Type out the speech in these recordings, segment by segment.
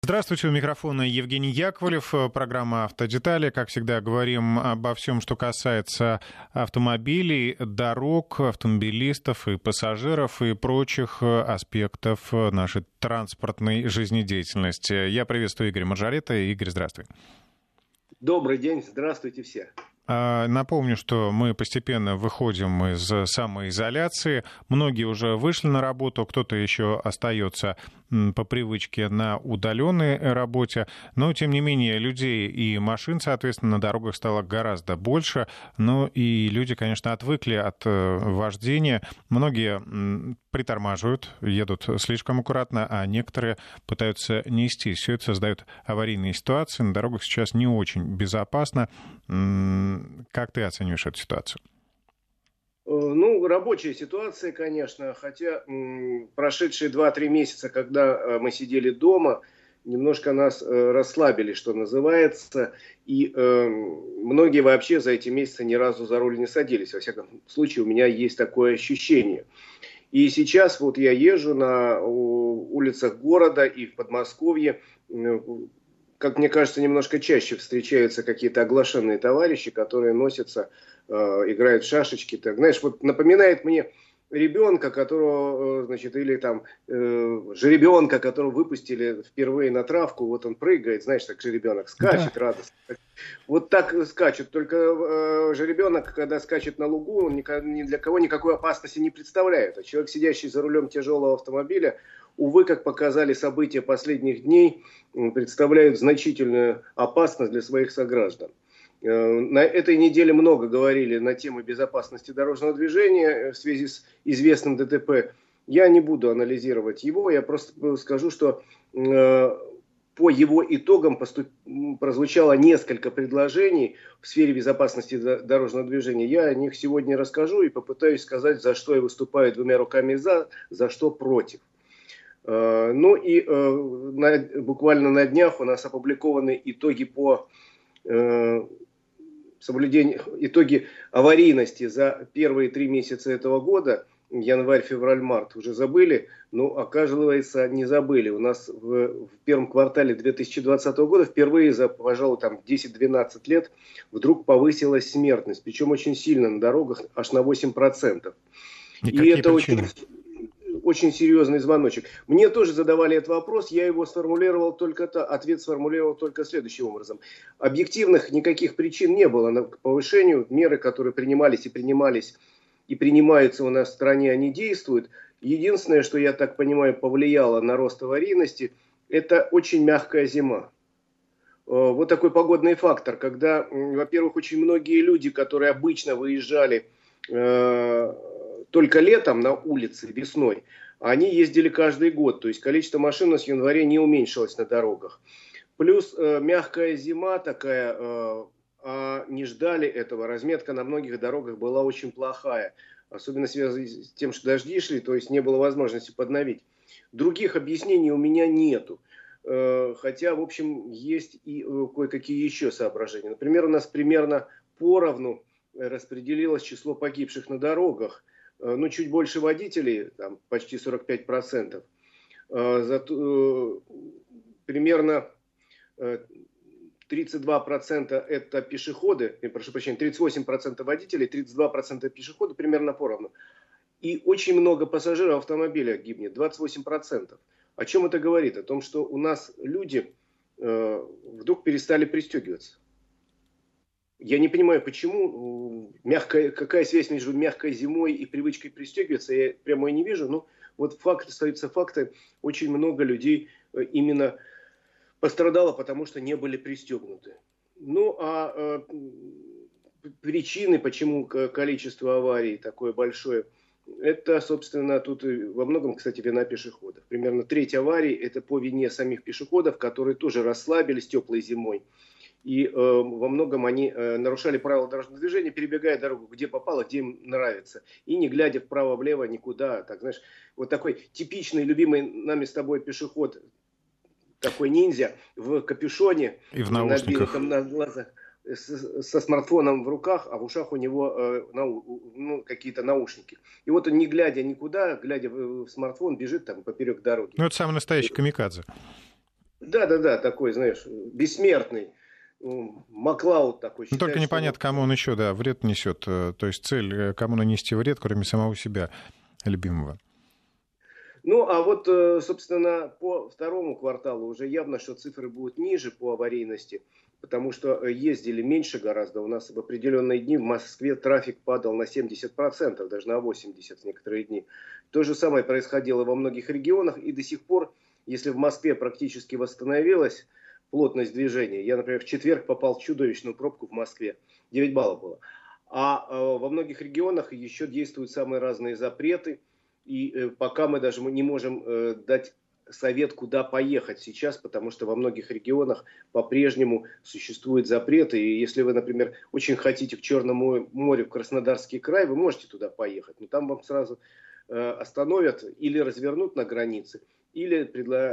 Здравствуйте, у микрофона Евгений Яковлев, программа «Автодетали». Как всегда, говорим обо всем, что касается автомобилей, дорог, автомобилистов и пассажиров и прочих аспектов нашей транспортной жизнедеятельности. Я приветствую Игоря Маржарета. Игорь, здравствуй. Добрый день, здравствуйте все. Напомню, что мы постепенно выходим из самоизоляции. Многие уже вышли на работу, кто-то еще остается по привычке на удаленной работе. Но, тем не менее, людей и машин, соответственно, на дорогах стало гораздо больше. Но и люди, конечно, отвыкли от вождения. Многие притормаживают, едут слишком аккуратно, а некоторые пытаются нестись. Все это создает аварийные ситуации. На дорогах сейчас не очень безопасно. Как ты оцениваешь эту ситуацию? Рабочая ситуация, конечно, хотя прошедшие 2-3 месяца, когда мы сидели дома, немножко нас расслабили, что называется, и многие вообще за эти месяцы ни разу за руль не садились. Во всяком случае, у меня есть такое ощущение. И сейчас вот я езжу на улицах города и в Подмосковье. Как мне кажется, немножко чаще встречаются какие-то оглашенные товарищи, которые носятся, играют в шашечки. Так, знаешь, вот напоминает мне ребенка, которого, значит, или там жеребенка, которого выпустили впервые на травку, вот он прыгает, знаешь, так жеребенок скачет, да. Радостно. Вот так скачет, только жеребенок, когда скачет на лугу, он ни для кого никакой опасности не представляет. А человек, сидящий за рулем тяжелого автомобиля, увы, как показали события последних дней, представляют значительную опасность для своих сограждан. На этой неделе много говорили на тему безопасности дорожного движения в связи с известным ДТП. Я не буду анализировать его, я просто скажу, что по его итогам прозвучало несколько предложений в сфере безопасности дорожного движения. Я о них сегодня расскажу и попытаюсь сказать, за что я выступаю двумя руками за что против. Буквально на днях у нас опубликованы итоги аварийности за первые 3 месяца этого года, январь, февраль, март, уже забыли, но оказывается не забыли. У нас в первом квартале 2020 года впервые за, пожалуй, 10-12 лет вдруг повысилась смертность, причем очень сильно на дорогах, аж на 8%. И это очень серьезный звоночек. Мне тоже задавали этот вопрос, я его ответ сформулировал только следующим образом. Объективных никаких причин не было к повышению. Меры, которые принимались и принимаются у нас в стране, они действуют. Единственное, что, я так понимаю, повлияло на рост аварийности, это очень мягкая зима. Вот такой погодный фактор, когда, во-первых, очень многие люди, которые обычно выезжали только летом на улице, весной, они ездили каждый год. То есть количество машин у нас в январе не уменьшилось на дорогах. Плюс мягкая зима такая, не ждали этого. Разметка на многих дорогах была очень плохая. Особенно связано с тем, что дожди шли, то есть не было возможности подновить. Других объяснений у меня нету. Хотя, в общем, есть и кое-какие еще соображения. Например, у нас примерно поровну распределилось число погибших на дорогах. Чуть больше водителей, почти 45%. Примерно 32% это пешеходы, прошу прощения, 38% водителей, 32% пешеходы, примерно поровну. И очень много пассажиров автомобиля гибнет, 28%. О чем это говорит? О том, что у нас люди вдруг перестали пристегиваться. Я не понимаю, почему, какая связь между мягкой зимой и привычкой пристегиваться, я прямо и не вижу, но вот факт остается фактом, очень много людей именно пострадало, потому что не были пристегнуты. Причины, почему количество аварий такое большое, это, собственно, тут во многом, кстати, вина пешеходов. Примерно треть аварий это по вине самих пешеходов, которые тоже расслабились теплой зимой. И во многом они нарушали правила дорожного движения, перебегая дорогу, где попало, где им нравится. И не глядя вправо-влево никуда. Так, знаешь, вот такой типичный, любимый нами с тобой пешеход, такой ниндзя в капюшоне. И в наушниках. На глазах, со смартфоном в руках, а в ушах у него какие-то наушники. И вот он, не глядя никуда, глядя в смартфон, бежит там поперек дороги. Это самый настоящий камикадзе. Да, такой, знаешь, бессмертный. Маклауд такой. Но только непонятно, кому он еще, да, вред несет. То есть цель, кому нанести вред, кроме самого себя, любимого. Ну, а вот, собственно, по второму кварталу уже явно, что цифры будут ниже по аварийности, потому что ездили меньше гораздо. У нас в определенные дни в Москве трафик падал на 70%, даже на 80% в некоторые дни. То же самое происходило во многих регионах, и до сих пор, если в Москве практически восстановилась плотность движения, я, например, в четверг попал в чудовищную пробку в Москве, 9 баллов было. А во многих регионах еще действуют самые разные запреты. И пока мы даже не можем дать совет, куда поехать сейчас, потому что во многих регионах по-прежнему существуют запреты. И если вы, например, очень хотите к Черному морю, в Краснодарский край, вы можете туда поехать. Но там вам сразу остановят или развернут на границе, или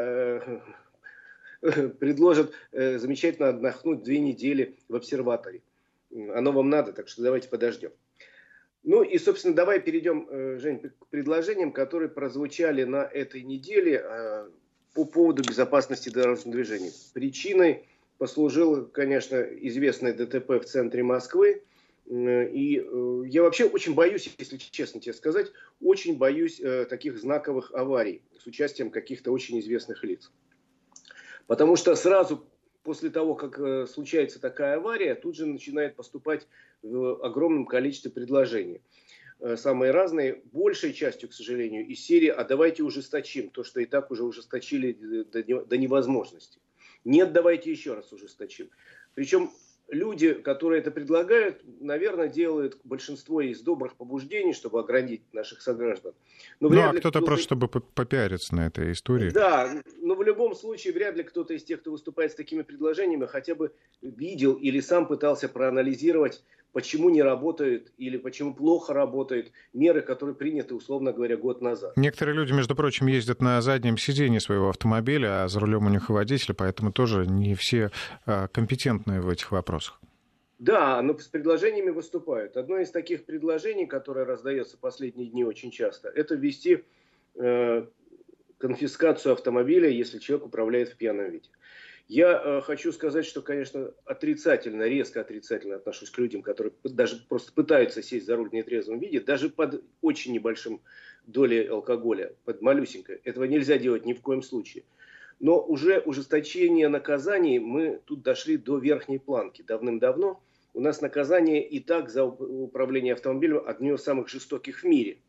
предложат замечательно отдохнуть 2 недели в обсерватории. Оно вам надо, так что давайте подождем. Ну и, собственно, давай перейдем, Жень, к предложениям, которые прозвучали на этой неделе по поводу безопасности дорожного движения. Причиной послужило, конечно, известное ДТП в центре Москвы. И я вообще очень боюсь, если честно тебе сказать, очень боюсь таких знаковых аварий с участием каких-то очень известных лиц. Потому что сразу после того, как случается такая авария, тут же начинает поступать в огромном количестве предложений. Самые разные, большей частью, к сожалению, из серии «а давайте ужесточим то, что и так уже ужесточили до невозможности». Нет, давайте еще раз ужесточим. Причем люди, которые это предлагают, наверное, делают большинство из добрых побуждений, чтобы оградить наших сограждан. Но ну, а кто-то просто, чтобы попиариться на этой истории. Да, но в любом случае вряд ли кто-то из тех, кто выступает с такими предложениями, хотя бы видел или сам пытался проанализировать, почему не работают или почему плохо работают меры, которые приняты, условно говоря, год назад. Некоторые люди, между прочим, ездят на заднем сидении своего автомобиля, а за рулем у них и водитель, поэтому тоже не все компетентны в этих вопросах. Да, но с предложениями выступают. Одно из таких предложений, которое раздается последние дни очень часто, это ввести конфискацию автомобиля, если человек управляет в пьяном виде. Я хочу сказать, что, конечно, резко отрицательно отношусь к людям, которые даже просто пытаются сесть за руль в нетрезвом виде, даже под очень небольшим долей алкоголя, под малюсенькой. Этого нельзя делать ни в коем случае. Но уже ужесточение наказаний, мы тут дошли до верхней планки давным-давно. У нас наказание и так за управление автомобилем одно из самых жестоких в мире.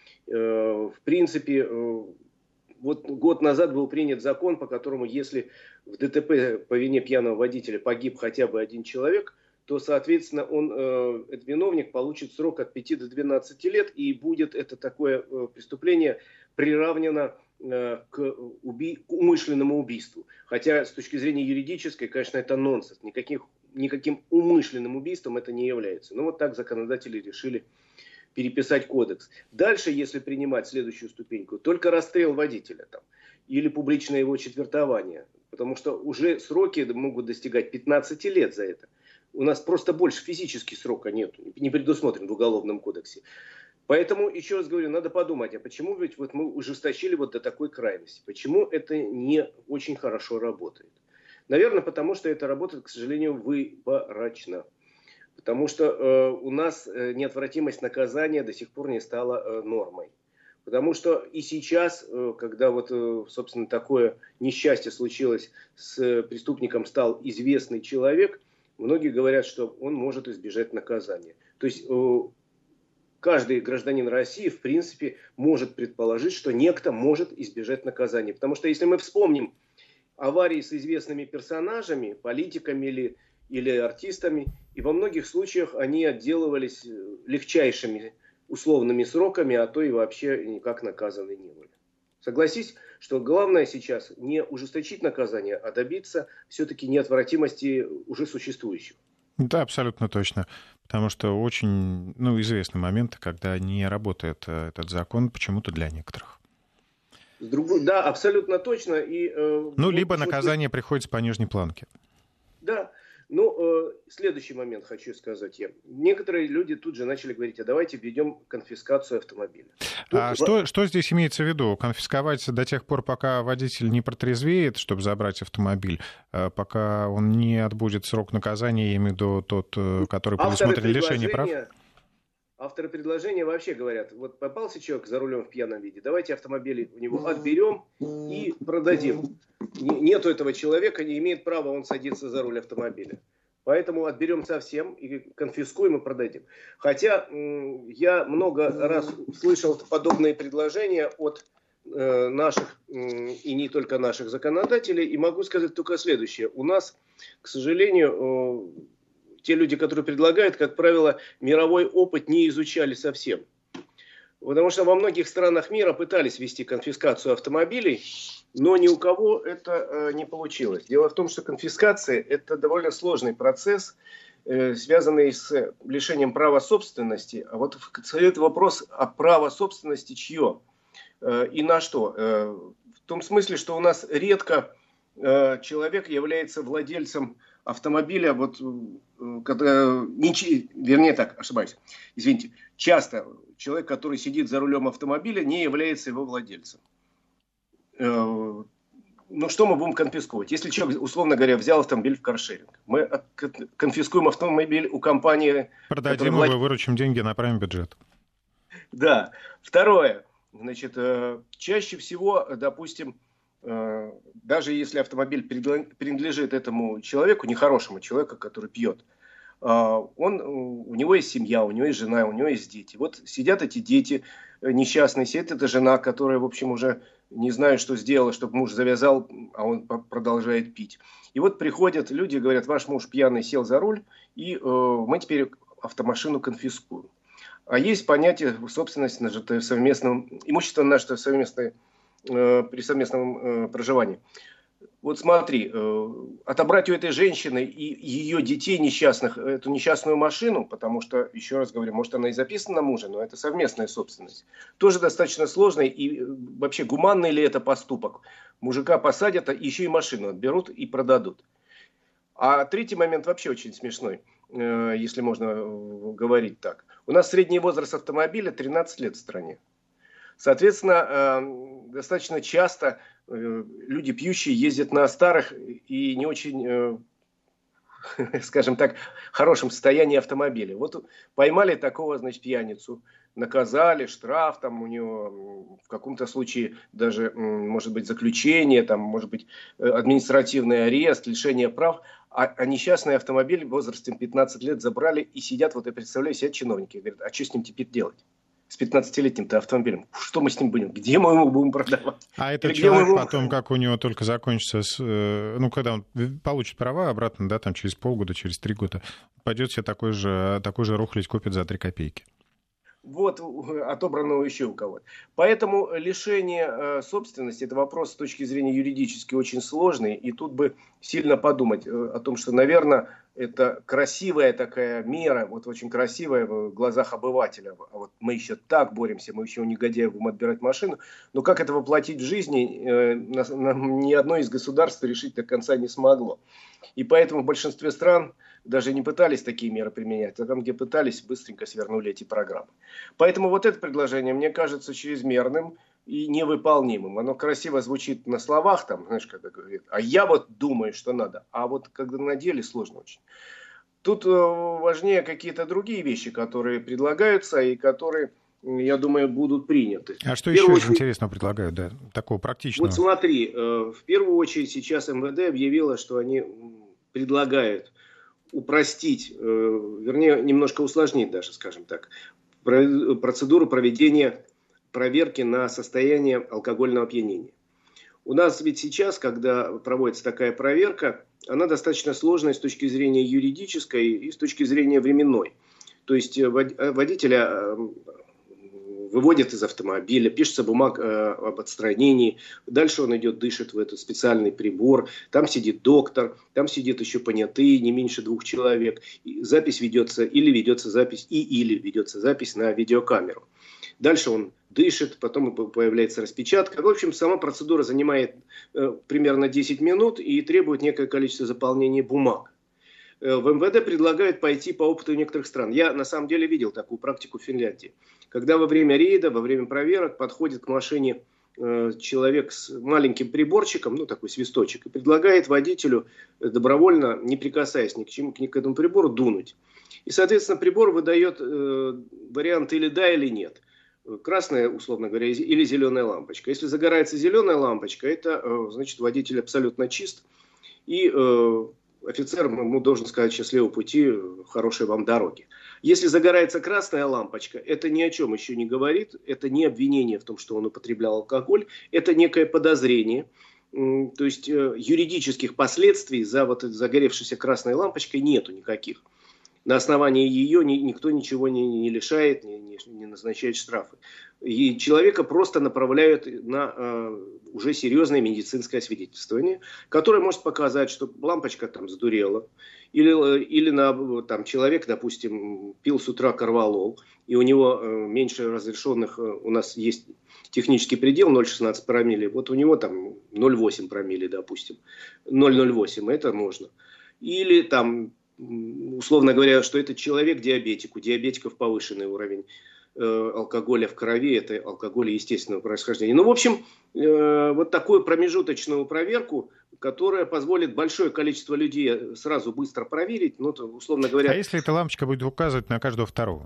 В принципе, вот год назад был принят закон, по которому если в ДТП по вине пьяного водителя погиб хотя бы один человек, то, соответственно, этот виновник получит срок от 5 до 12 лет, и будет это такое преступление приравнено к умышленному убийству. Хотя с точки зрения юридической, конечно, это нонсенс. Никаким умышленным убийством это не является. Но вот так законодатели решили переписать кодекс. Дальше, если принимать следующую ступеньку, только расстрел водителя там, или публичное его четвертование. Потому что уже сроки могут достигать 15 лет за это. У нас просто больше физически срока нет, не предусмотрен в Уголовном кодексе. Поэтому, еще раз говорю, надо подумать, а почему ведь вот мы ужесточили вот до такой крайности? Почему это не очень хорошо работает? Наверное, потому что это работает, к сожалению, выборочно. Потому что у нас неотвратимость наказания до сих пор не стала нормой. Потому что и сейчас, когда вот, собственно, такое несчастье случилось с преступником, стал известный человек, многие говорят, что он может избежать наказания. То есть каждый гражданин России, в принципе, может предположить, что некто может избежать наказания. Потому что если мы вспомним аварии с известными персонажами, политиками или артистами, и во многих случаях они отделывались легчайшими условными сроками, а то и вообще никак наказаны не были. Согласись, что главное сейчас не ужесточить наказание, а добиться все-таки неотвратимости уже существующего. Да, абсолютно точно. Потому что очень известны моменты, когда не работает этот закон почему-то для некоторых. Да, абсолютно точно. И, либо наказание приходится по нижней планке. Да. Следующий момент хочу сказать я. Некоторые люди тут же начали говорить, а давайте введем конфискацию автомобиля. Что здесь имеется в виду? Конфисковать до тех пор, пока водитель не протрезвеет, чтобы забрать автомобиль, пока он не отбудет срок наказания, я имею в виду тот, который предусмотрен лишение прав? Авторы предложения вообще говорят, вот попался человек за рулем в пьяном виде, давайте автомобиль у него отберем и продадим. Нету этого человека, не имеет права он садиться за руль автомобиля. Поэтому отберем совсем и конфискуем и продадим. Хотя я много раз слышал подобные предложения от наших и не только наших законодателей. И могу сказать только следующее. У нас, к сожалению, те люди, которые предлагают, как правило, мировой опыт не изучали совсем. Потому что во многих странах мира пытались ввести конфискацию автомобилей, но ни у кого это не получилось. Дело в том, что конфискация – это довольно сложный процесс, связанный с лишением права собственности. А вот встает вопрос, а право собственности чье и на что? В том смысле, что у нас редко человек является владельцем автомобиля, часто человек, который сидит за рулем автомобиля, не является его владельцем. Что мы будем конфисковать? Если человек, условно говоря, взял автомобиль в каршеринг, мы конфискуем автомобиль у компании... Продадим его, выручим деньги, направим в бюджет. Да. Второе. Чаще всего, допустим, даже если автомобиль принадлежит этому человеку, нехорошему человеку, который пьет, у него есть семья, у него есть жена, у него есть дети. Вот сидят эти дети несчастные, сидит эта жена, которая, в общем, уже не знает, что сделала, чтобы муж завязал, а он продолжает пить. И вот приходят люди и говорят, ваш муж пьяный сел за руль, и мы теперь автомашину конфискуем. А есть понятие собственности нажитое совместном, имущество нажитое совместное при совместном проживании. Вот смотри, отобрать у этой женщины и ее детей несчастных эту несчастную машину, потому что, еще раз говорю, может она и записана на мужа, но это совместная собственность, тоже достаточно сложно. И вообще, гуманный ли это поступок? Мужика посадят, а еще и машину отберут и продадут. А третий момент вообще очень смешной, если можно говорить так. У нас средний возраст автомобиля 13 лет в стране. Соответственно, достаточно часто люди пьющие ездят на старых и не очень, скажем так, хорошем состоянии автомобиля. Вот поймали такого, пьяницу, наказали, штраф, там у него в каком-то случае даже, может быть, заключение, там, может быть, административный арест, лишение прав. А несчастный автомобиль возрастом 15 лет забрали и сидят, вот я представляю, сидят чиновники, говорят, а что с ним теперь делать? С 15-летним-то автомобилем. Что мы с ним будем? Где мы его будем продавать? А этот человек потом, как у него только закончится, когда он получит права обратно, да, там через полгода, через 3 года, пойдет себе такой же рухлядь купит за 3 копейки. Вот отобранного еще у кого-то. Поэтому лишение собственности – это вопрос с точки зрения юридически очень сложный. И тут бы сильно подумать о том, что, наверное, это красивая такая мера, вот очень красивая в глазах обывателя. А вот мы еще так боремся, мы еще у негодяев будем отбирать машину. Но как это воплотить в жизни, ни одно из государств решить до конца не смогло. И поэтому в большинстве стран даже не пытались такие меры применять, а там, где пытались, быстренько свернули эти программы. Поэтому вот это предложение мне кажется чрезмерным и невыполнимым. Оно красиво звучит на словах, там, знаешь, когда говорит, а я вот думаю, что надо. А вот когда на деле сложно очень. Тут важнее какие-то другие вещи, которые предлагаются и которые, я думаю, будут приняты. А что еще из интересного предлагают, да, такого практичного? Вот смотри, в первую очередь сейчас МВД объявило, что они предлагают упростить, вернее, немножко усложнить даже, скажем так, процедуру проведения проверки на состояние алкогольного опьянения. У нас ведь сейчас, когда проводится такая проверка, она достаточно сложная с точки зрения юридической и с точки зрения временной. То есть водителя выводят из автомобиля, пишется бумага об отстранении, дальше он идет, дышит в этот специальный прибор, там сидит доктор, там сидит еще понятые, не меньше 2 человек, запись ведется или ведется запись на видеокамеру. Дальше он дышит, потом появляется распечатка. В общем, сама процедура занимает примерно 10 минут и требует некое количество заполнения бумаг. В МВД предлагают пойти по опыту некоторых стран. Я на самом деле видел такую практику в Финляндии. Когда во время рейда, во время проверок подходит к машине человек с маленьким приборчиком, ну такой свисточек, и предлагает водителю добровольно, не прикасаясь ни к чему, ни к этому прибору, дунуть. И, соответственно, прибор выдает вариант или да, или нет. Красная, условно говоря, или зеленая лампочка. Если загорается зеленая лампочка, это значит водитель абсолютно чист. И офицер ему должен сказать: счастливого пути, хорошей вам дороги. Если загорается красная лампочка, это ни о чем еще не говорит. Это не обвинение в том, что он употреблял алкоголь. Это некое подозрение. То есть юридических последствий за вот этой загоревшейся красной лампочкой нету никаких. На основании ее никто ничего не лишает, не назначает штрафы. И человека просто направляют на уже серьезное медицинское освидетельствование, которое может показать, что лампочка там сдурела. Или там, человек, допустим, пил с утра корвалол, и у него меньше разрешенных, у нас есть технический предел 0,16 промилле, вот у него там 0,8 промилле, допустим, 0,08, это можно. Или там, условно говоря, что это человек диабетик, у диабетиков повышенный уровень алкоголя в крови, это алкоголь естественного происхождения. Ну, в общем, вот такую промежуточную проверку, которая позволит большое количество людей сразу быстро проверить, ну, условно говоря... А если эта лампочка будет указывать на каждого второго?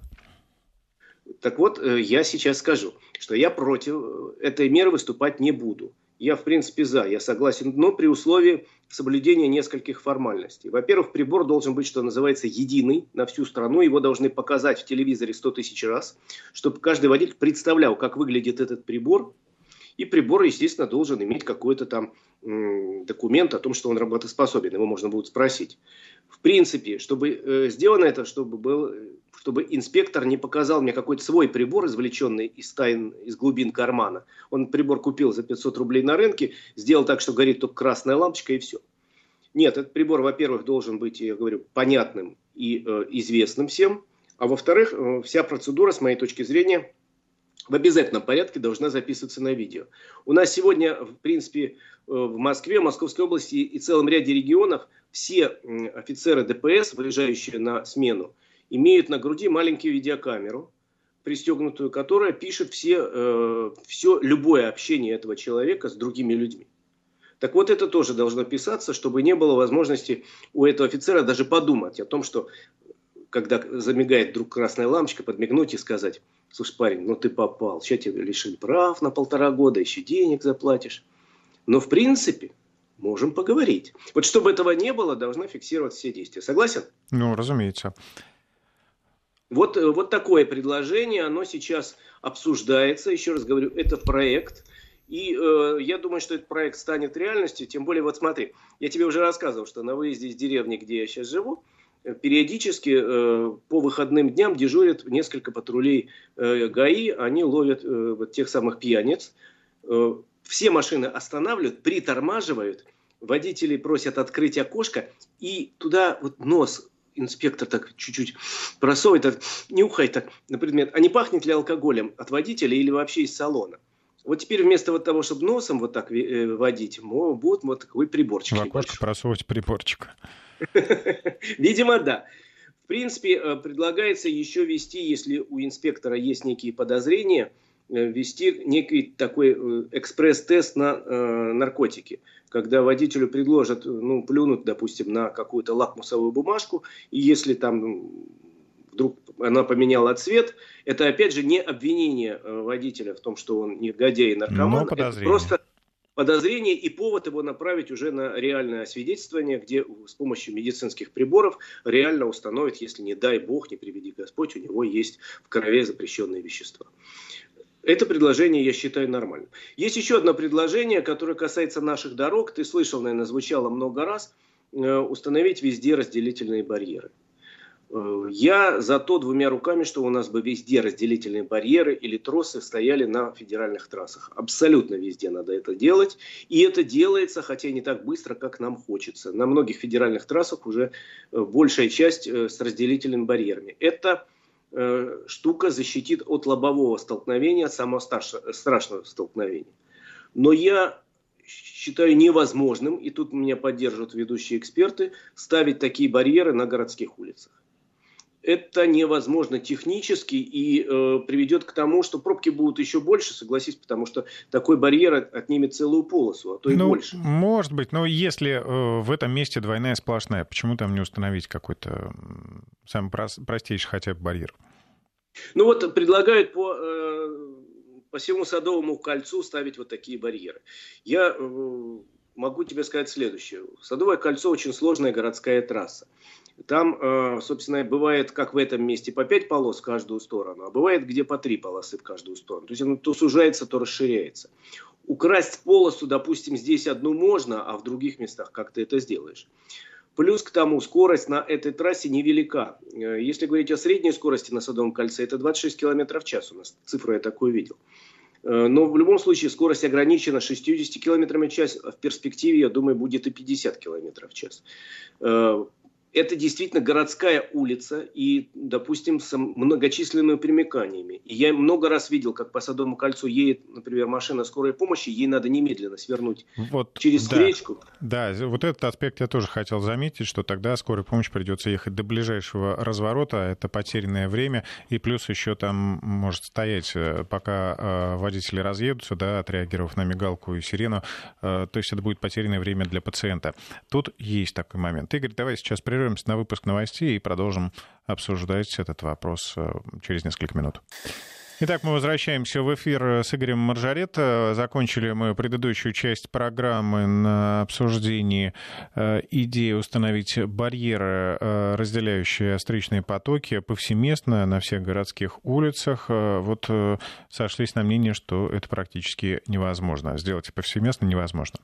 Так вот, я сейчас скажу, что я против этой меры выступать не буду. Я, в принципе, за, я согласен, но при условии соблюдения нескольких формальностей. Во-первых, прибор должен быть, что называется, единый на всю страну. Его должны показать в телевизоре 100 тысяч раз, чтобы каждый водитель представлял, как выглядит этот прибор. И прибор, естественно, должен иметь какой-то там документ о том, что он работоспособен. Его можно будет спросить. В принципе, чтобы сделано это, чтобы инспектор не показал мне какой-то свой прибор, извлеченный из глубин кармана. Он прибор купил за 500 рублей на рынке, сделал так, что горит только красная лампочка, и все. Нет, этот прибор, во-первых, должен быть, я говорю, понятным и известным всем. А во-вторых, вся процедура, с моей точки зрения, в обязательном порядке должна записываться на видео. У нас сегодня, в принципе, в Москве, Московской области и целом ряде регионов все офицеры ДПС, выезжающие на смену, имеют на груди маленькую видеокамеру, пристегнутую, которая пишет все любое общение этого человека с другими людьми. Так вот, это тоже должно писаться, чтобы не было возможности у этого офицера даже подумать о том, что когда замигает вдруг красная лампочка, подмигнуть и сказать: слушай, парень, ну ты попал, сейчас тебя лишили прав на 1,5 года, еще денег заплатишь. Но в принципе можем поговорить. Вот чтобы этого не было, должны фиксировать все действия. Согласен? Ну, разумеется. Вот такое предложение, оно сейчас обсуждается. Еще раз говорю, это проект. И я думаю, что этот проект станет реальностью. Тем более, вот смотри, я тебе уже рассказывал, что на выезде из деревни, где я сейчас живу, периодически по выходным дням дежурят несколько патрулей ГАИ. Они ловят вот тех самых пьяниц. Все машины останавливают, притормаживают. Водители просят открыть окошко. И туда вот нос инспектор так чуть-чуть просовывает, так, нюхает так на предмет, а не пахнет ли алкоголем от водителя или вообще из салона. Вот теперь вместо вот того, чтобы носом вот так водить, будет вот такой приборчик. В окошко просовывать приборчик. Видимо, да. В принципе, предлагается еще ввести, если у инспектора есть некие подозрения, ввести некий такой экспресс-тест на наркотики. Когда водителю предложат плюнуть, допустим, на какую-то лакмусовую бумажку, и если там вдруг она поменяла цвет, это опять же не обвинение водителя в том, что он негодяй и наркоман. Это просто подозрение и повод его направить уже на реальное освидетельствование, где с помощью медицинских приборов реально установят, если не дай бог, не приведи Господь, у него есть в крови запрещенные вещества. Это предложение, я считаю, нормальным. Есть еще одно предложение, которое касается наших дорог. Ты слышал, наверное, звучало много раз. Установить везде разделительные барьеры. Я за то 2 руками, что у нас бы везде разделительные барьеры или тросы стояли на федеральных трассах. Абсолютно везде надо это делать. И это делается, хотя не так быстро, как нам хочется. На многих федеральных трассах уже большая часть с разделительными барьерами. Это штука защитит от лобового столкновения, от самого страшного столкновения. Но я считаю невозможным, и тут меня поддерживают ведущие эксперты, ставить такие барьеры на городских улицах. Это невозможно технически и приведет к тому, что пробки будут еще больше, согласись, потому что такой барьер отнимет целую полосу, а то и больше. Может быть, но если в этом месте двойная сплошная, почему там не установить какой-то самый простейший хотя бы барьер? Ну вот предлагают по всему Садовому кольцу ставить вот такие барьеры. Я могу тебе сказать следующее. Садовое кольцо очень сложная городская трасса. Там, собственно, бывает, как в этом месте, по 5 полос в каждую сторону, а бывает, где по 3 полосы в каждую сторону. То есть оно то сужается, то расширяется. Украсть полосу, допустим, здесь одну можно, а в других местах как ты это сделаешь. Плюс к тому, скорость на этой трассе невелика. Если говорить о средней скорости на Садовом кольце, это 26 км в час у нас. Цифру я такую видел. Но в любом случае скорость ограничена 60 км в час. В перспективе, я думаю, будет и 50 км в час. Это действительно городская улица и, допустим, с многочисленными примыканиями. И я много раз видел, как по Садовому кольцу едет, например, машина скорой помощи, ей надо немедленно свернуть через встречку. Да, вот этот аспект я тоже хотел заметить, что тогда скорой помощи придется ехать до ближайшего разворота, это потерянное время, и плюс еще там может стоять, пока водители разъедутся, да, отреагировав на мигалку и сирену, то есть это будет потерянное время для пациента. Тут есть такой момент. Игорь, давай сейчас прервемся на выпуск новостей и продолжим обсуждать этот вопрос через несколько минут. Итак, мы возвращаемся в эфир с Игорем Маржаретто. Закончили мы предыдущую часть программы на обсуждении идеи установить барьеры, разделяющие встречные потоки повсеместно на всех городских улицах. Вот сошлись на мнение, что это практически невозможно. Сделать повсеместно невозможно.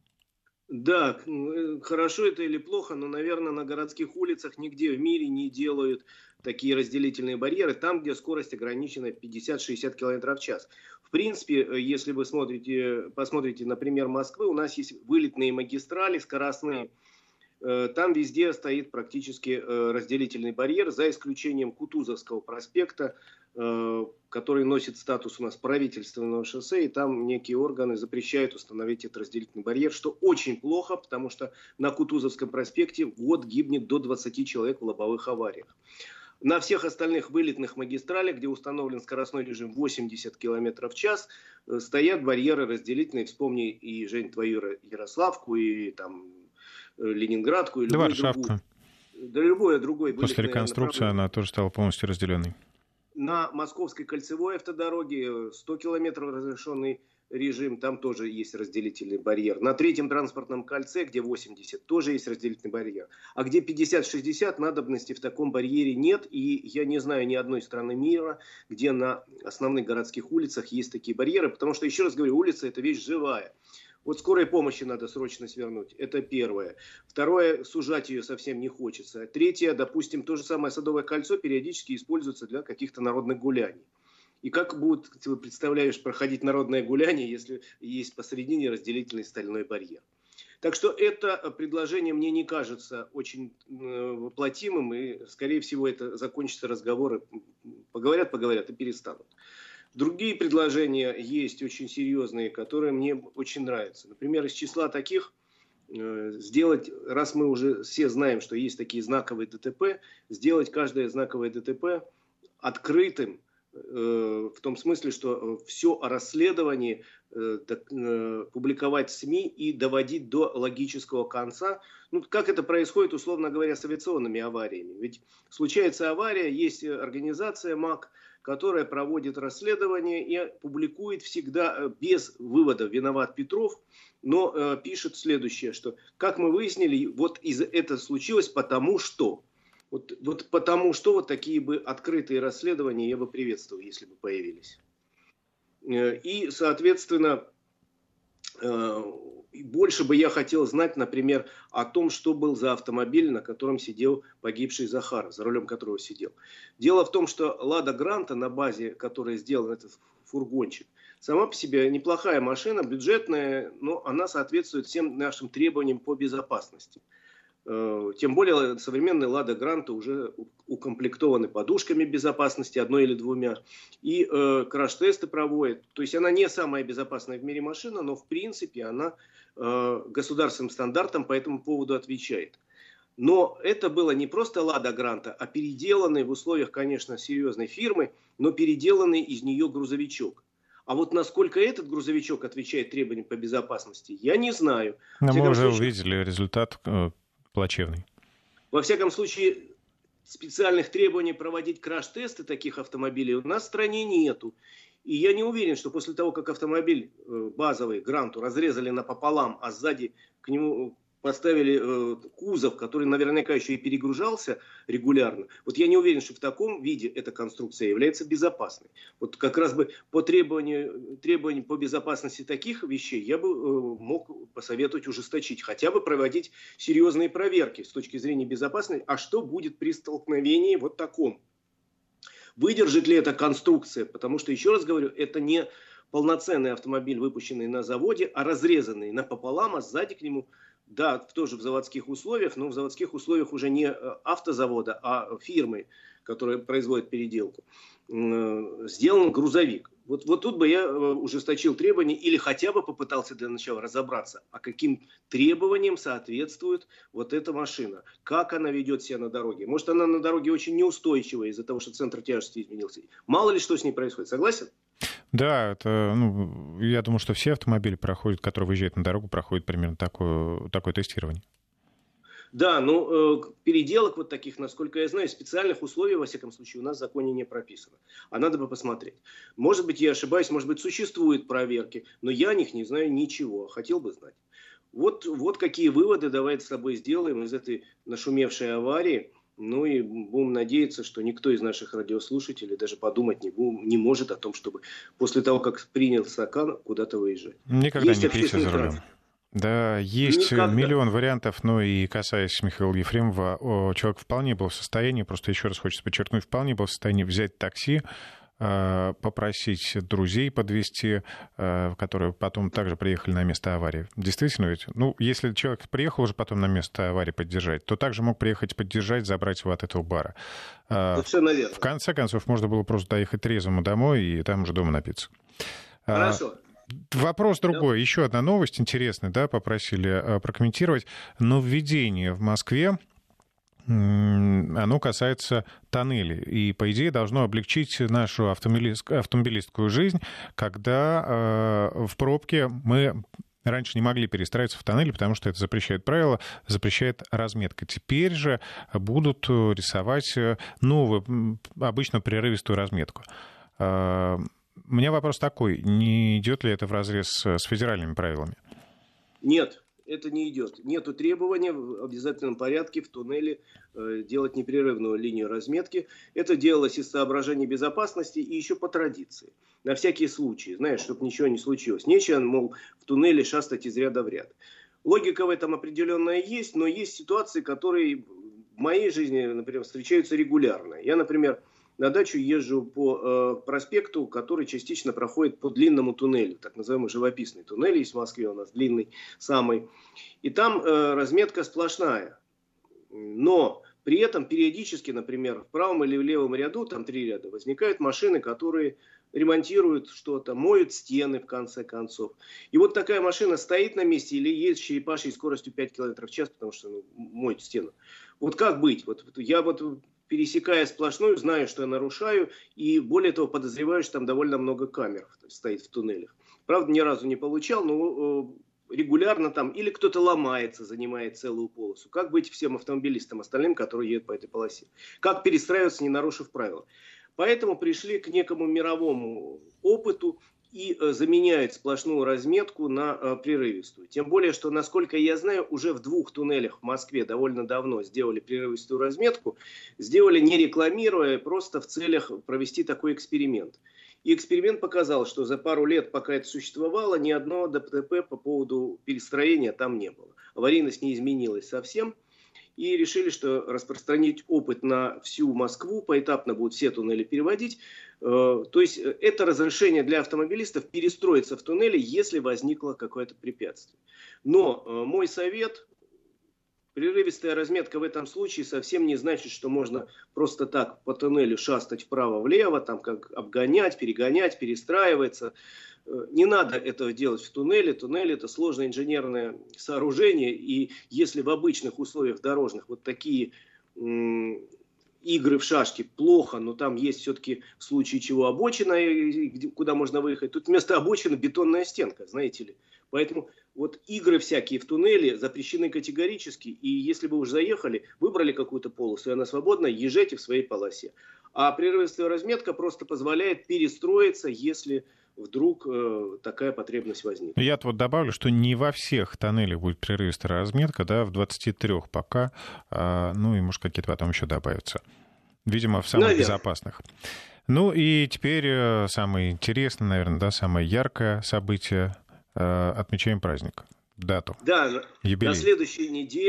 Да, хорошо это или плохо, но, наверное, на городских улицах нигде в мире не делают такие разделительные барьеры, там, где скорость ограничена 50-60 км в час. В принципе, если вы посмотрите, например, Москвы, у нас есть вылетные магистрали скоростные, там везде стоит практически разделительный барьер, за исключением Кутузовского проспекта, который носит статус у нас правительственного шоссе, и там некие органы запрещают установить этот разделительный барьер, что очень плохо, потому что на Кутузовском проспекте в год гибнет до 20 человек в лобовых авариях. На всех остальных вылетных магистралях, где установлен скоростной режим 80 км в час, стоят барьеры разделительные. Вспомни и, Жень, твою Ярославку, и там Ленинградку, и любую другую. Да, любое другое. После реконструкции она тоже стала полностью разделенной. На Московской кольцевой автодороге 100 километров разрешенный режим, там тоже есть разделительный барьер. На третьем транспортном кольце, где 80, тоже есть разделительный барьер. А где 50-60, надобности в таком барьере нет. И я не знаю ни одной страны мира, где на основных городских улицах есть такие барьеры. Потому что, еще раз говорю, улица – это вещь живая. Вот скорой помощи надо срочно свернуть. Это первое. Второе, сужать ее совсем не хочется. Третье, допустим, то же самое Садовое кольцо периодически используется для каких-то народных гуляний. И как будет, ты представляешь, проходить народное гуляние, если есть посередине разделительный стальной барьер? Так что это предложение мне не кажется очень воплотимым, и, скорее всего, это закончится разговоры. Поговорят и перестанут. Другие предложения есть очень серьезные, которые мне очень нравятся. Например, из числа таких сделать, раз мы уже все знаем, что есть такие знаковые ДТП, сделать каждое знаковое ДТП открытым, в том смысле, что все о расследовании публиковать в СМИ и доводить до логического конца. Ну, как это происходит, условно говоря, с авиационными авариями. Ведь случается авария, есть организация МАК, которая проводит расследование и публикует всегда без вывода «виноват Петров», но пишет следующее, что, как мы выяснили, вот это случилось потому что. Вот потому что вот такие бы открытые расследования я бы приветствовал, если бы появились. И, соответственно, больше бы я хотел знать, например, о том, что был за автомобиль, на котором сидел погибший Захар, за рулем которого сидел. Дело в том, что Лада Гранта, на базе которой сделан этот фургончик, сама по себе неплохая машина, бюджетная, но она соответствует всем нашим требованиям по безопасности. Тем более современные «Лада Гранта» уже укомплектованы подушками безопасности, одной или двумя, и краш-тесты проводят. То есть она не самая безопасная в мире машина, но в принципе она государственным стандартам по этому поводу отвечает. Но это было не просто «Лада Гранта», а переделанный в условиях, конечно, серьезной фирмы, но переделанный из нее грузовичок. А вот насколько этот грузовичок отвечает требованиям по безопасности, я не знаю. Но мы уже увидели результат плачевный. Во всяком случае, специальных требований проводить краш-тесты таких автомобилей у нас в стране нету. И я не уверен, что после того, как автомобиль базовый, Гранту, разрезали напополам, а сзади к нему поставили кузов, который наверняка еще и перегружался регулярно. Вот я не уверен, что в таком виде эта конструкция является безопасной. Вот как раз бы по требованиям по безопасности таких вещей я бы мог посоветовать ужесточить. Хотя бы проводить серьезные проверки с точки зрения безопасности. А что будет при столкновении вот таком? Выдержит ли эта конструкция? Потому что, еще раз говорю, это не полноценный автомобиль, выпущенный на заводе, а разрезанный напополам, а сзади к нему... Да, тоже в заводских условиях, но в заводских условиях уже не автозавода, а фирмы, которая производит переделку. Сделан грузовик. Вот тут бы я ужесточил требования или хотя бы попытался для начала разобраться, а каким требованиям соответствует вот эта машина. Как она ведет себя на дороге. Может, она на дороге очень неустойчивая из-за того, что центр тяжести изменился. Мало ли что с ней происходит. Согласен? Да, это, я думаю, что все автомобили проходят, которые выезжают на дорогу, проходят примерно такое тестирование. Да, переделок вот таких, насколько я знаю, специальных условий, во всяком случае, у нас в законе не прописано. А надо бы посмотреть. Может быть, я ошибаюсь, может быть, существуют проверки, но я о них не знаю ничего, хотел бы знать. Вот какие выводы давайте с тобой сделаем из этой нашумевшей аварии. Ну и будем надеяться, что никто из наших радиослушателей даже подумать не может о том, чтобы после того, как принял стакан, куда-то выезжать. Никогда не пейте за рулем. Да, есть миллион вариантов, но и касаясь Михаила Ефремова, человек вполне был в состоянии, просто еще раз хочется подчеркнуть, вполне был в состоянии взять такси, попросить друзей подвезти, которые потом также приехали на место аварии. Действительно ведь, если человек приехал уже потом на место аварии поддержать, то также мог приехать поддержать, забрать его от этого бара. Совершенно верно. В конце концов, можно было просто доехать трезвому домой и там уже дома напиться. Хорошо. Вопрос другой. Еще одна новость интересная, попросили прокомментировать. Нововведение в Москве. Оно касается тоннелей. И, по идее, должно облегчить нашу автомобилистскую жизнь, когда в пробке мы раньше не могли перестраиваться в тоннеле, потому что это запрещает правила, запрещает разметка. Теперь же будут рисовать новую, обычно прерывистую разметку. У меня вопрос такой. Не идет ли это вразрез с федеральными правилами? Нет. Это не идет. Нету требования в обязательном порядке в туннеле делать непрерывную линию разметки. Это делалось из соображений безопасности и еще по традиции. На всякий случай, знаешь, чтобы ничего не случилось. Нечего, мол, в туннеле шастать из ряда в ряд. Логика в этом определенная есть, но есть ситуации, которые в моей жизни, например, встречаются регулярно. Я, например, на дачу езжу по проспекту, который частично проходит по длинному туннелю. Так называемый живописный туннель есть в Москве у нас, длинный самый. И там разметка сплошная. Но при этом периодически, например, в правом или в левом ряду, там 3 ряда, возникают машины, которые ремонтируют что-то, моют стены в конце концов. И вот такая машина стоит на месте или едет с черепашьей скоростью 5 км в час, потому что моет стену. Вот как быть? Я пересекая сплошную, знаю, что я нарушаю, и более того, подозреваю, что там довольно много камер стоит в туннелях. Правда, ни разу не получал, но регулярно там или кто-то ломается, занимает целую полосу. Как быть всем автомобилистам остальным, которые едут по этой полосе? Как перестраиваться, не нарушив правила? Поэтому пришли к некому мировому опыту и заменяют сплошную разметку на прерывистую. Тем более, что, насколько я знаю, уже в 2 туннелях в Москве довольно давно сделали прерывистую разметку. Сделали не рекламируя, просто в целях провести такой эксперимент. И эксперимент показал, что за пару лет, пока это существовало, ни одного ДТП по поводу перестроения там не было. Аварийность не изменилась совсем. И решили, что распространить опыт на всю Москву, поэтапно будут все туннели переводить. То есть это разрешение для автомобилистов перестроиться в туннеле, если возникло какое-то препятствие. Но мой совет, Прерывистая разметка в этом случае совсем не значит, что можно просто так по туннелю шастать вправо-влево, там как обгонять, перегонять, перестраиваться. Не надо этого делать в туннеле. Туннель — это сложное инженерное сооружение, и если в обычных условиях дорожных вот такие игры в шашки плохо, но там есть все-таки в случае чего обочина, куда можно выехать. Тут вместо обочины бетонная стенка, знаете ли. Поэтому вот игры всякие в туннеле запрещены категорически. И если вы уже заехали, выбрали какую-то полосу, и она свободна, езжайте в своей полосе. А прерывистая разметка просто позволяет перестроиться, если вдруг такая потребность возникнет. Я-то вот добавлю, что не во всех тоннелях будет прерывистая разметка, да, в 23 пока, ну и может какие-то потом еще добавятся. Видимо, в самых безопасных. Ну и теперь самое интересное, наверное, да, самое яркое событие. Отмечаем праздник, дату. Да, юбилей. на следующей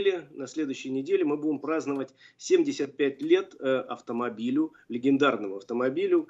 неделе мы будем праздновать 75 лет автомобилю, легендарному автомобилю,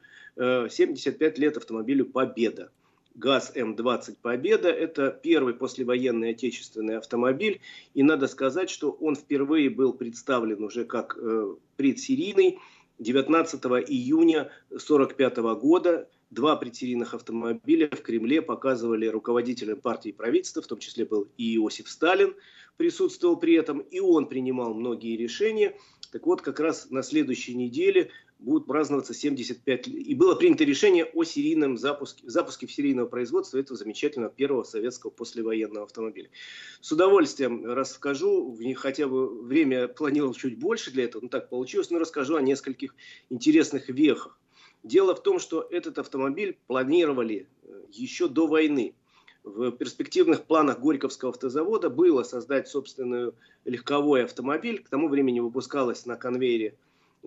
75 лет автомобилю «Победа». ГАЗ М-20 «Победа» — это первый послевоенный отечественный автомобиль. И надо сказать, что он впервые был представлен уже как предсерийный 19 июня 1945 года. Два предсерийных автомобиля в Кремле показывали руководителям партии и правительства, в том числе был и Иосиф Сталин, присутствовал при этом, и он принимал многие решения. Так вот, как раз на следующей неделе будут праздноваться 75 лет. И было принято решение о серийном запуске в серийного производства этого замечательного первого советского послевоенного автомобиля. С удовольствием расскажу, хотя бы время планировал чуть больше для этого, но так получилось, но расскажу о нескольких интересных вехах. Дело в том, что этот автомобиль планировали еще до войны. В перспективных планах Горьковского автозавода было создать собственный легковой автомобиль. К тому времени выпускалась на конвейере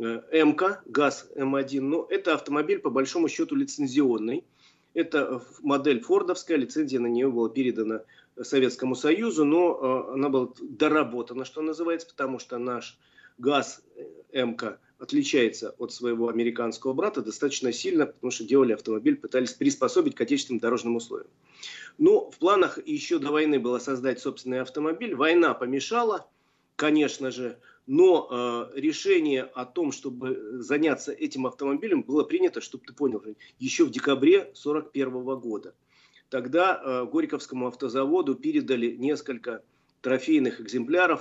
МК, ГАЗ М1. Но это автомобиль по большому счету лицензионный. Это модель фордовская, лицензия на нее была передана Советскому Союзу, но она была доработана, что называется, потому что наш ГАЗ МК отличается от своего американского брата достаточно сильно, потому что делали автомобиль, пытались приспособить к отечественным дорожным условиям. Но в планах еще до войны было создать собственный автомобиль. Война помешала, конечно же, но решение о том, чтобы заняться этим автомобилем, было принято, чтобы ты понял, еще в декабре 1941 года. Тогда Горьковскому автозаводу передали несколько трофейных экземпляров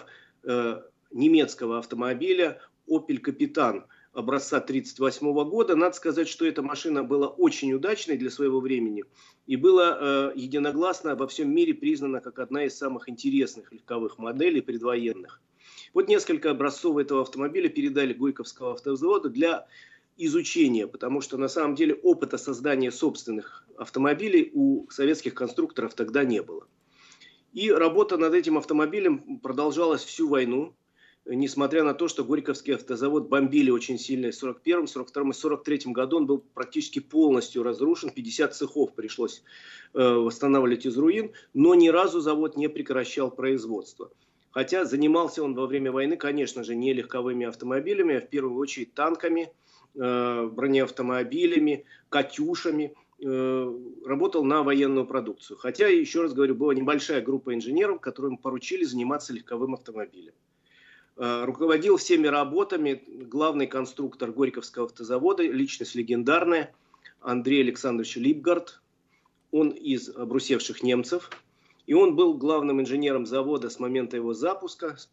немецкого автомобиля Opel Капитан образца 1938 года. Надо сказать, что эта машина была очень удачной для своего времени и была единогласно во всем мире признана как одна из самых интересных легковых моделей предвоенных. Вот несколько образцов этого автомобиля передали Горьковского автозавода для изучения, потому что на самом деле опыта создания собственных автомобилей у советских конструкторов тогда не было. И работа над этим автомобилем продолжалась всю войну. Несмотря на то, что Горьковский автозавод бомбили очень сильно в 1941, 1942 и 1943 году, он был практически полностью разрушен, 50 цехов пришлось восстанавливать из руин, но ни разу завод не прекращал производство. Хотя занимался он во время войны, конечно же, не легковыми автомобилями, а в первую очередь танками, бронеавтомобилями, «Катюшами», работал на военную продукцию. Хотя, еще раз говорю, была небольшая группа инженеров, которым поручили заниматься легковым автомобилем. Руководил всеми работами главный конструктор Горьковского автозавода, личность легендарная, Андрей Александрович Липгард. Он из обрусевших немцев. И он был главным инженером завода с момента его запуска, с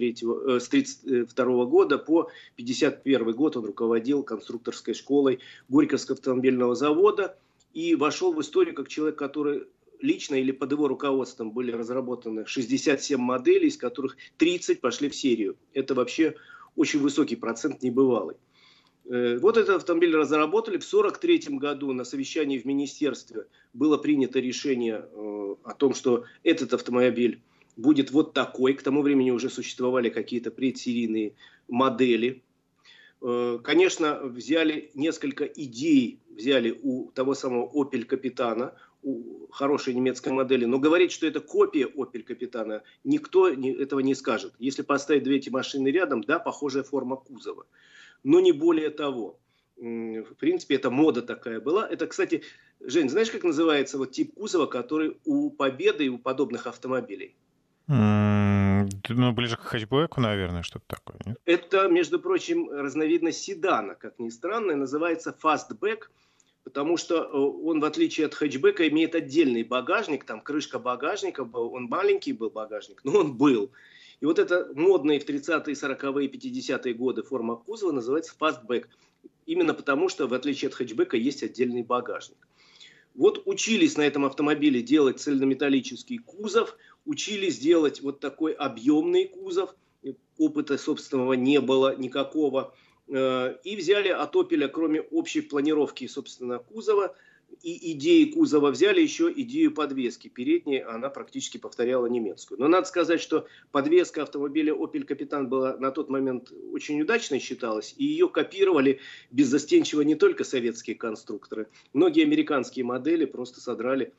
1932 года по 1951 год. Он руководил конструкторской школой Горьковского автомобильного завода и вошел в историю как человек, который лично или под его руководством были разработаны 67 моделей, из которых 30 пошли в серию. Это вообще очень высокий процент, небывалый. Вот этот автомобиль разработали. В 1943 году на совещании в министерстве было принято решение о том, что этот автомобиль будет вот такой. К тому времени уже существовали какие-то предсерийные модели. Конечно, взяли несколько идей, взяли у того самого Opel Капитана, у хорошей немецкой модели, но говорить, что это копия Opel Капитана, никто этого не скажет. Если поставить две эти машины рядом, да, похожая форма кузова, но не более того. В принципе, это мода такая была. Это, кстати, Жень, знаешь, как называется вот тип кузова, который у Победы и у подобных автомобилей? Это, ближе к хэтчбеку, наверное, что-то такое, нет? Это, между прочим, разновидность седана, как ни странно, и называется фастбэк, потому что он, в отличие от хэтчбека, имеет отдельный багажник, там крышка багажника, он маленький был багажник, но он был. И вот эта модная в 30-е, 40-е, 50-е годы форма кузова называется фастбэк. Именно потому, что, в отличие от хэтчбека, есть отдельный багажник. Вот учились на этом автомобиле делать цельнометаллический кузов, учились делать вот такой объемный кузов, опыта собственного не было никакого. И взяли от Opel, кроме общей планировки, собственно, кузова и идеи кузова, взяли еще идею подвески. Передней она практически повторяла немецкую. Но надо сказать, что подвеска автомобиля Opel Капитан была на тот момент очень удачной считалась. И ее копировали беззастенчиво не только советские конструкторы. Многие американские модели просто содрали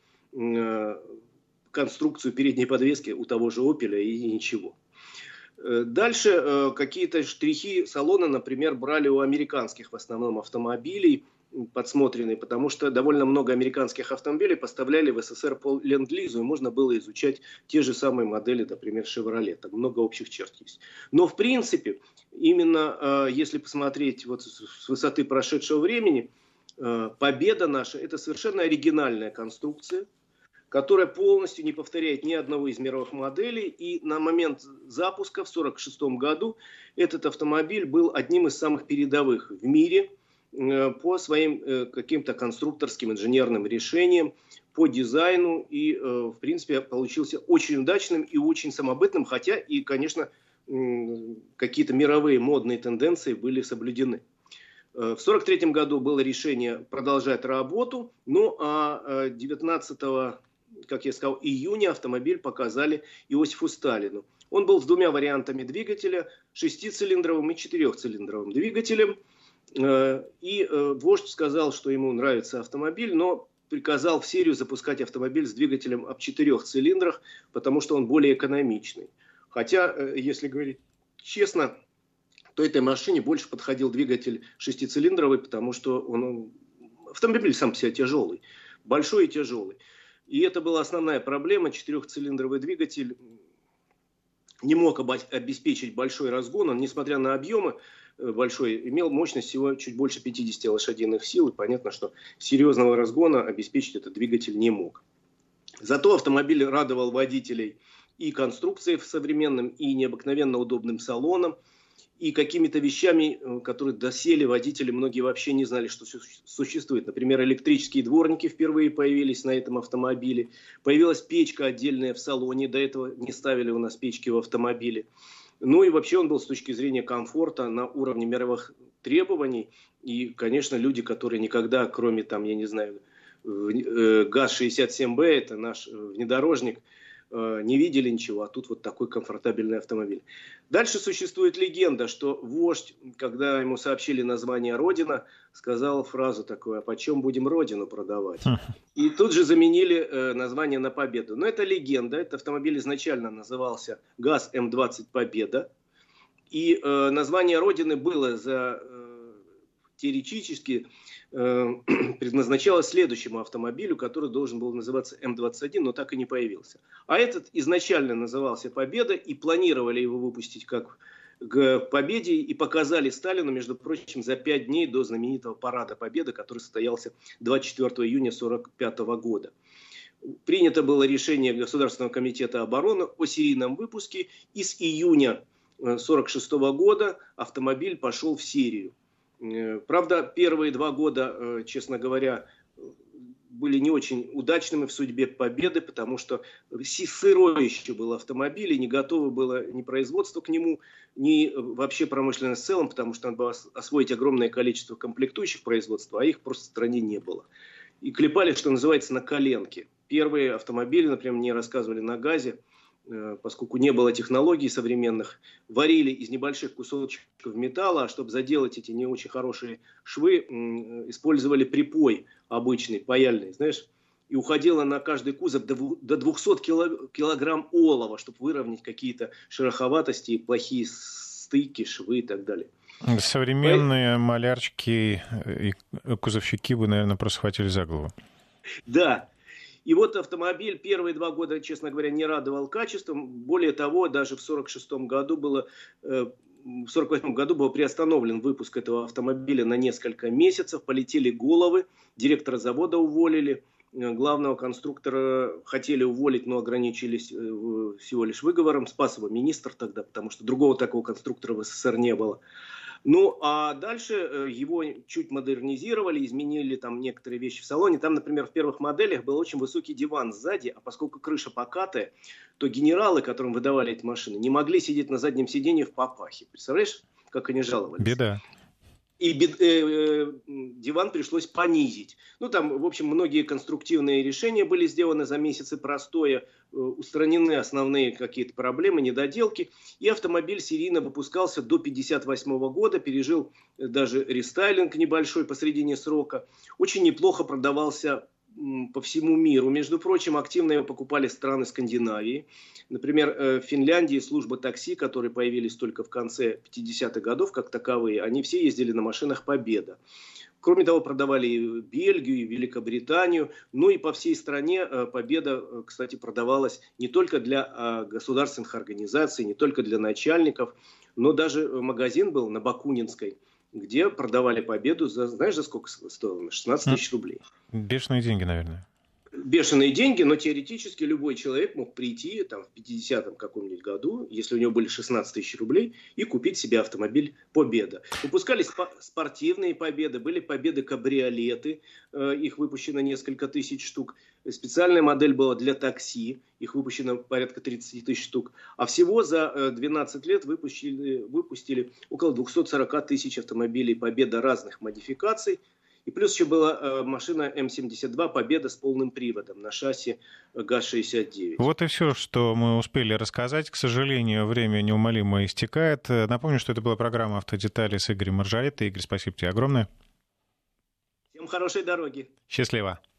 конструкцию передней подвески у того же Opel и ничего. Дальше какие-то штрихи салона, например, брали у американских в основном автомобилей, подсмотренные, потому что довольно много американских автомобилей поставляли в СССР по Ленд-Лизу, и можно было изучать те же самые модели, например, Chevrolet. Там много общих черт есть. Но, в принципе, именно если посмотреть вот с высоты прошедшего времени, Победа наша – это совершенно оригинальная конструкция, которая полностью не повторяет ни одного из мировых моделей. И на момент запуска в 1946 году этот автомобиль был одним из самых передовых в мире по своим каким-то конструкторским инженерным решениям, по дизайну. И, в принципе, получился очень удачным и очень самобытным, хотя и, конечно, какие-то мировые модные тенденции были соблюдены. В 1943 году было решение продолжать работу, ну а 19, как я сказал, июня автомобиль показали Иосифу Сталину. Он был с двумя вариантами двигателя, 6-цилиндровым и 4-цилиндровым двигателем. И вождь сказал, что ему нравится автомобиль, но приказал в серию запускать автомобиль с двигателем об 4 цилиндрах, потому что он более экономичный. Хотя, если говорить честно, то этой машине больше подходил двигатель 6-цилиндровый, потому что автомобиль сам по себе тяжелый, большой и тяжелый. И это была основная проблема. 4-цилиндровый двигатель не мог обеспечить большой разгон. Он, несмотря на объемы большой, имел мощность всего чуть больше 50 лошадиных сил. И понятно, что серьезного разгона обеспечить этот двигатель не мог. Зато автомобиль радовал водителей и конструкцией современным, и необыкновенно удобным салоном, и какими-то вещами, которые доселе водители многие вообще не знали, что существует. Например, электрические дворники впервые появились на этом автомобиле. Появилась печка отдельная в салоне. До этого не ставили у нас печки в автомобиле. Ну и вообще он был с точки зрения комфорта на уровне мировых требований. И, конечно, люди, которые никогда, кроме там, я не знаю, ГАЗ-67Б, это наш внедорожник, не видели ничего, а тут вот такой комфортабельный автомобиль. Дальше существует легенда, что вождь, когда ему сообщили название «Родина», сказал фразу такую: «А почем будем Родину продавать?» И тут же заменили название на «Победу». Но это легенда. Этот автомобиль изначально назывался ГАЗ М-20 «Победа». И название «Родины» было теоретически предназначалось следующему автомобилю, который должен был называться М-21, но так и не появился. А этот изначально назывался «Победа», и планировали его выпустить как к Победе, и показали Сталину, между прочим, за 5 дней до знаменитого парада Победы, который состоялся 24 июня 1945 года. Принято было решение Государственного комитета обороны о серийном выпуске, и с июня 1946 года автомобиль пошел в серию. Правда, первые 2 года, честно говоря, были не очень удачными в судьбе Победы, потому что сырой еще был автомобиль, и не готово было ни производство к нему, ни вообще промышленность в целом, потому что надо было освоить огромное количество комплектующих производства, а их просто в стране не было. И клепали, что называется, на коленке. Первые автомобили, например, мне рассказывали на ГАЗе, поскольку не было технологий современных, варили из небольших кусочков металла, а чтобы заделать эти не очень хорошие швы, использовали припой обычный, паяльный, знаешь, и уходило на каждый кузов до 200 килограмм олова, чтобы выровнять какие-то шероховатости, плохие стыки, швы и так далее. Современные малярчики и кузовщики бы, наверное, просто схватили за голову. Да. И вот автомобиль первые 2 года, честно говоря, не радовал качеством. Более того, даже в 1948 году был приостановлен выпуск этого автомобиля на несколько месяцев. Полетели головы, директора завода уволили, главного конструктора хотели уволить, но ограничились всего лишь выговором. Спас его министр тогда, потому что другого такого конструктора в СССР не было. Ну, а дальше его чуть модернизировали, изменили там некоторые вещи в салоне. Там, например, в первых моделях был очень высокий диван сзади, а поскольку крыша покатая, то генералы, которым выдавали эти машины, не могли сидеть на заднем сиденье в папахе. Представляешь, как они жаловались? Беда. И диван пришлось понизить. Ну, там, в общем, многие конструктивные решения были сделаны за месяцы простоя, устранены основные какие-то проблемы, недоделки. И автомобиль серийно выпускался до 1958 года, пережил даже рестайлинг небольшой посредине срока. Очень неплохо продавался по всему миру. Между прочим, активно его покупали страны Скандинавии. Например, в Финляндии служба такси, которые появились только в конце 50-х годов, как таковые, они все ездили на машинах «Победа». Кроме того, продавали и Бельгию, и Великобританию. Ну и по всей стране «Победа», кстати, продавалась не только для государственных организаций, не только для начальников, но даже магазин был на Бакунинской, где продавали «Победу» за, знаешь, за сколько стоило? 16 тысяч рублей. Бешеные деньги, наверное. Бешеные деньги, но теоретически любой человек мог прийти там, в 50-м каком-нибудь году, если у него были 16 тысяч рублей, и купить себе автомобиль «Победа». Выпускались спортивные «Победы», были «Победы-кабриолеты», их выпущено несколько тысяч штук. Специальная модель была для такси, их выпущено порядка 30 тысяч штук. А всего за 12 лет выпустили около 240 тысяч автомобилей «Победа» разных модификаций. И плюс еще была машина М-72 «Победа» с полным приводом на шасси ГАЗ-69. Вот и все, что мы успели рассказать. К сожалению, время неумолимо истекает. Напомню, что это была программа «Автодетали» с Игорем Маржаретто. Игорь, спасибо тебе огромное. Всем хорошей дороги. Счастливо.